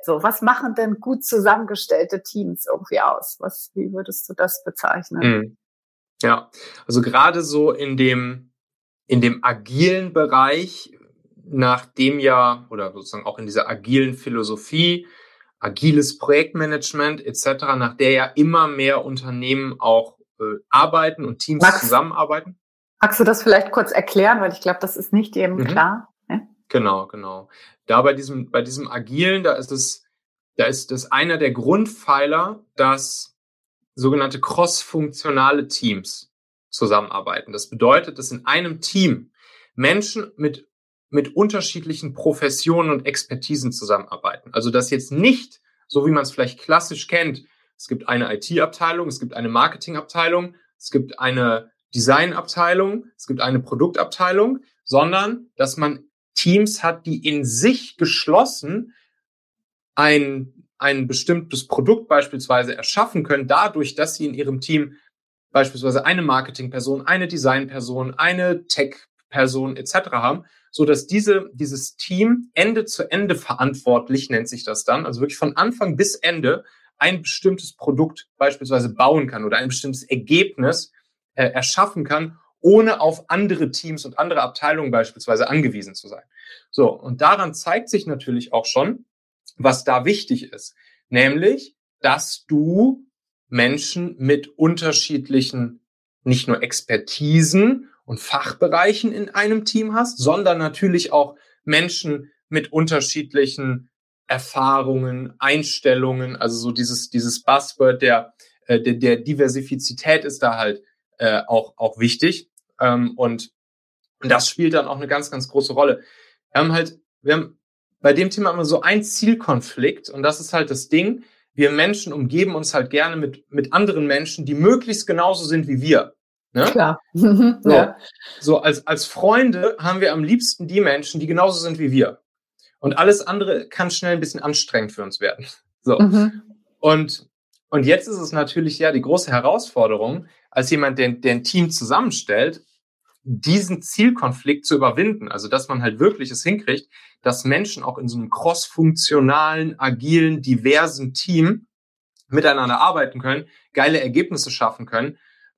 So, was machen denn gut zusammengestellte Teams irgendwie aus? Wie würdest du das bezeichnen? Ja, also gerade so in dem agilen Bereich, nach dem ja, oder sozusagen auch in dieser agilen Philosophie, agiles Projektmanagement etc., nach der ja immer mehr Unternehmen auch arbeiten und Teams zusammenarbeiten. Magst du das vielleicht kurz erklären, weil ich glaube, das ist nicht jedem klar. Ja? Genau. Da bei diesem Agilen, da ist das einer der Grundpfeiler, dass sogenannte cross-funktionale Teams zusammenarbeiten. Das bedeutet, dass in einem Team Menschen mit unterschiedlichen Professionen und Expertisen zusammenarbeiten. Also dass jetzt nicht, so wie man es vielleicht klassisch kennt, es gibt eine IT-Abteilung, es gibt eine Marketing-Abteilung, es gibt eine Design-Abteilung, es gibt eine Produktabteilung, sondern dass man Teams hat, die in sich geschlossen ein bestimmtes Produkt beispielsweise erschaffen können, dadurch, dass sie in ihrem Team beispielsweise eine Marketingperson, eine Designperson, eine Tech-Person etc. haben, so dass dieses Team Ende zu Ende verantwortlich, nennt sich das dann, also wirklich von Anfang bis Ende ein bestimmtes Produkt beispielsweise bauen kann oder ein bestimmtes Ergebnis erschaffen kann, ohne auf andere Teams und andere Abteilungen beispielsweise angewiesen zu sein. So, und daran zeigt sich natürlich auch schon, was da wichtig ist, nämlich, dass du Menschen mit unterschiedlichen, nicht nur Expertisen und Fachbereichen in einem Team hast, sondern natürlich auch Menschen mit unterschiedlichen Erfahrungen, Einstellungen, also so dieses Buzzword der Diversifizität ist da halt auch wichtig. Und das spielt dann auch eine ganz, ganz große Rolle. Wir haben bei dem Thema immer so ein Zielkonflikt und das ist halt das Ding. Wir Menschen umgeben uns halt gerne mit anderen Menschen, die möglichst genauso sind wie wir. Ne? Klar. So als Freunde haben wir am liebsten die Menschen, die genauso sind wie wir. Und alles andere kann schnell ein bisschen anstrengend für uns werden. So. Und jetzt ist es natürlich ja die große Herausforderung, als jemand, der ein Team zusammenstellt, diesen Zielkonflikt zu überwinden. Also, dass man halt wirklich es hinkriegt, dass Menschen auch in so einem cross-funktionalen, agilen, diversen Team miteinander arbeiten können, geile Ergebnisse schaffen können,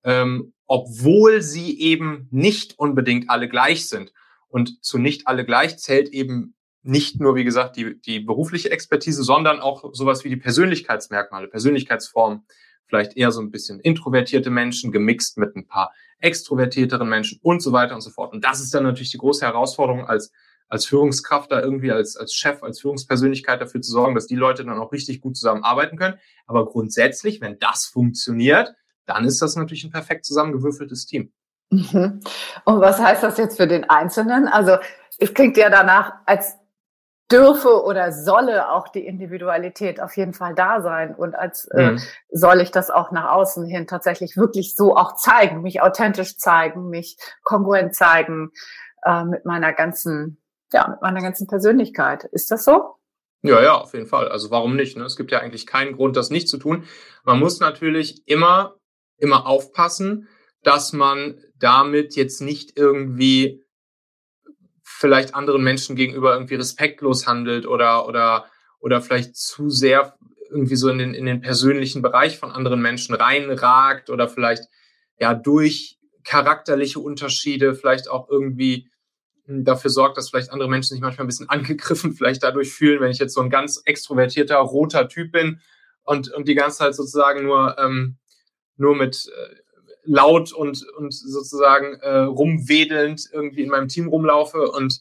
obwohl sie eben nicht unbedingt alle gleich sind. Und zu nicht alle gleich zählt eben nicht nur, wie gesagt, die berufliche Expertise, sondern auch sowas wie die Persönlichkeitsmerkmale, Persönlichkeitsformen, vielleicht eher so ein bisschen introvertierte Menschen gemixt mit ein paar extrovertierteren Menschen und so weiter und so fort. Und das ist dann natürlich die große Herausforderung als Führungskraft, da irgendwie als Chef, als Führungspersönlichkeit dafür zu sorgen, dass die Leute dann auch richtig gut zusammenarbeiten können. Aber grundsätzlich, wenn das funktioniert, dann ist das natürlich ein perfekt zusammengewürfeltes Team. Und was heißt das jetzt für den Einzelnen? Also es klingt ja danach, als dürfe oder solle auch die Individualität auf jeden Fall da sein und als soll ich das auch nach außen hin tatsächlich wirklich so auch zeigen, mich authentisch zeigen, mich kongruent zeigen mit meiner ganzen Persönlichkeit. Ist das so? Ja, auf jeden Fall. Also warum nicht? Ne? Es gibt ja eigentlich keinen Grund, das nicht zu tun. Man muss natürlich immer aufpassen, dass man damit jetzt nicht irgendwie vielleicht anderen Menschen gegenüber irgendwie respektlos handelt oder vielleicht zu sehr irgendwie so in den persönlichen Bereich von anderen Menschen reinragt oder vielleicht ja durch charakterliche Unterschiede vielleicht auch irgendwie dafür sorgt, dass vielleicht andere Menschen sich manchmal ein bisschen angegriffen vielleicht dadurch fühlen, wenn ich jetzt so ein ganz extrovertierter, roter Typ bin und die ganze Zeit sozusagen nur mit laut und sozusagen rumwedelnd irgendwie in meinem Team rumlaufe und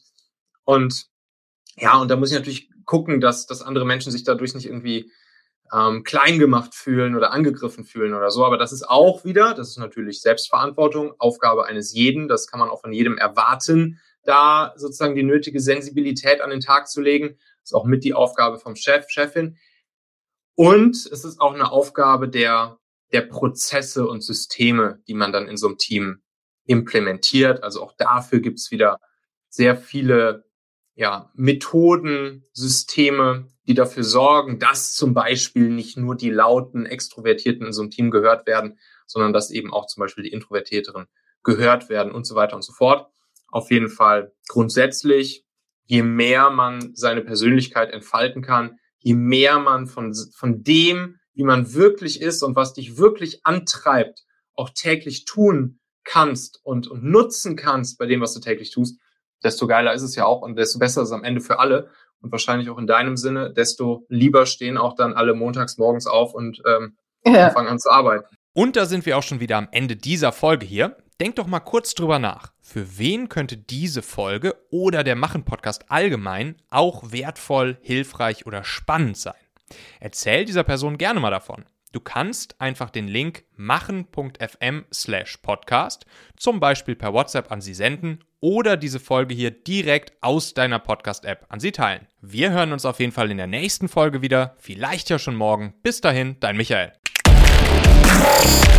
da muss ich natürlich gucken, dass andere Menschen sich dadurch nicht irgendwie klein gemacht fühlen oder angegriffen fühlen oder so. Aber das ist auch wieder, das ist natürlich Selbstverantwortung, Aufgabe eines jeden. Das kann man auch von jedem erwarten, da sozusagen die nötige Sensibilität an den Tag zu legen. Das ist auch mit die Aufgabe vom Chef, Chefin. Und es ist auch eine Aufgabe der Prozesse und Systeme, die man dann in so einem Team implementiert. Also auch dafür gibt's wieder sehr viele Methoden, Systeme, die dafür sorgen, dass zum Beispiel nicht nur die lauten Extrovertierten in so einem Team gehört werden, sondern dass eben auch zum Beispiel die Introvertierteren gehört werden und so weiter und so fort. Auf jeden Fall grundsätzlich, je mehr man seine Persönlichkeit entfalten kann, je mehr man von dem, wie man wirklich ist und was dich wirklich antreibt, auch täglich tun kannst und nutzen kannst bei dem, was du täglich tust, desto geiler ist es ja auch und desto besser ist es am Ende für alle und wahrscheinlich auch in deinem Sinne, desto lieber stehen auch dann alle montags morgens auf und fangen an zu arbeiten. Und da sind wir auch schon wieder am Ende dieser Folge hier. Denk doch mal kurz drüber nach. Für wen könnte diese Folge oder der Machen-Podcast allgemein auch wertvoll, hilfreich oder spannend sein? Erzähl dieser Person gerne mal davon. Du kannst einfach den Link machen.fm/podcast zum Beispiel per WhatsApp an sie senden oder diese Folge hier direkt aus deiner Podcast-App an sie teilen. Wir hören uns auf jeden Fall in der nächsten Folge wieder, vielleicht ja schon morgen. Bis dahin, dein Michael.